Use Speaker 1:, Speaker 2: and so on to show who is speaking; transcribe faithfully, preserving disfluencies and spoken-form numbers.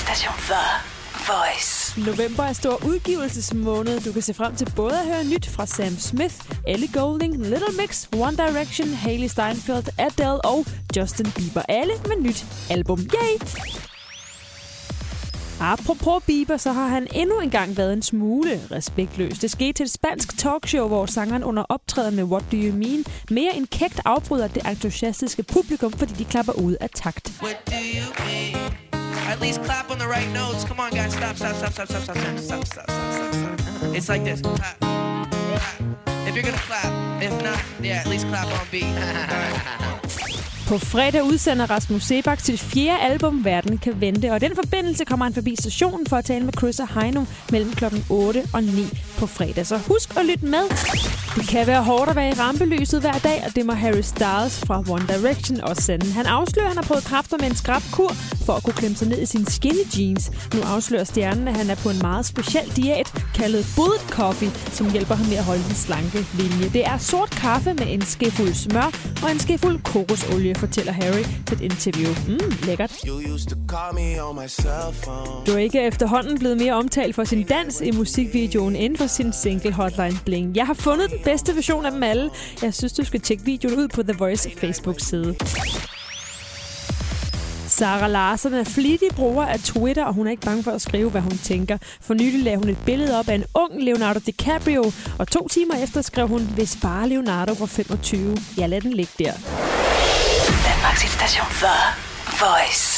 Speaker 1: station The Voice.
Speaker 2: November er stor udgivelsesmåned. Du kan se frem til både at høre nyt fra Sam Smith, Ellie Goulding, Little Mix, One Direction, Hailey Steinfeld, Adele og Justin Bieber. Alle med nyt album. Yay! Apropos Bieber, så har han endnu engang været en smule respektløs. Det skete til et spansk talkshow, hvor sangeren under optræden med What Do You Mean mere end kægt afbryder det entusiastiske publikum, fordi de klapper ud af takt.
Speaker 3: What do you mean? At least clap on the right notes. Come on, guys. Stop, stop, stop, stop, stop, stop, stop, stop, stop, stop, stop. It's like this. Clap. Clap. If you're gonna clap. If not, yeah, at least clap on beat.
Speaker 2: På fredag udsender Rasmus Seebach sit fjerde album, Verden kan vente, og i den forbindelse kommer han forbi stationen for at tale med Chris og Heino mellem klokken otte og ni på fredag. Så husk at lytte med. Det kan være hårdt at være i rampelyset hver dag, og det må Harry Styles fra One Direction også sende. Han afslører, at han har prøvet kræfter med en skrap kur for at kunne klemme sig ned i sine skinny jeans. Nu afslører stjernen, at han er på en meget speciel diæt, kaldet Bullet Coffee, som hjælper ham med at holde den slanke linje. Det er sort kaffe med en skefuld smør og en skefuld kokosolie, fortæller Harry til et interview. Mm, lækkert. Drake er efterhånden blevet mere omtalt for sin dans i musikvideoen end for sin single Hotline Bling. Jeg har fundet den bedste version af dem alle. Jeg synes, du skal tjekke videoen ud på The Voice Facebook-side. Sara Larsson er flittig bruger af Twitter, og hun er ikke bange for at skrive, hvad hun tænker. For nylig lagde hun et billede op af en ung Leonardo DiCaprio, og to timer efter skrev hun, hvis bare Leonardo var femogtyve. Jeg lader den ligge der.
Speaker 1: Danmarks station The Voice.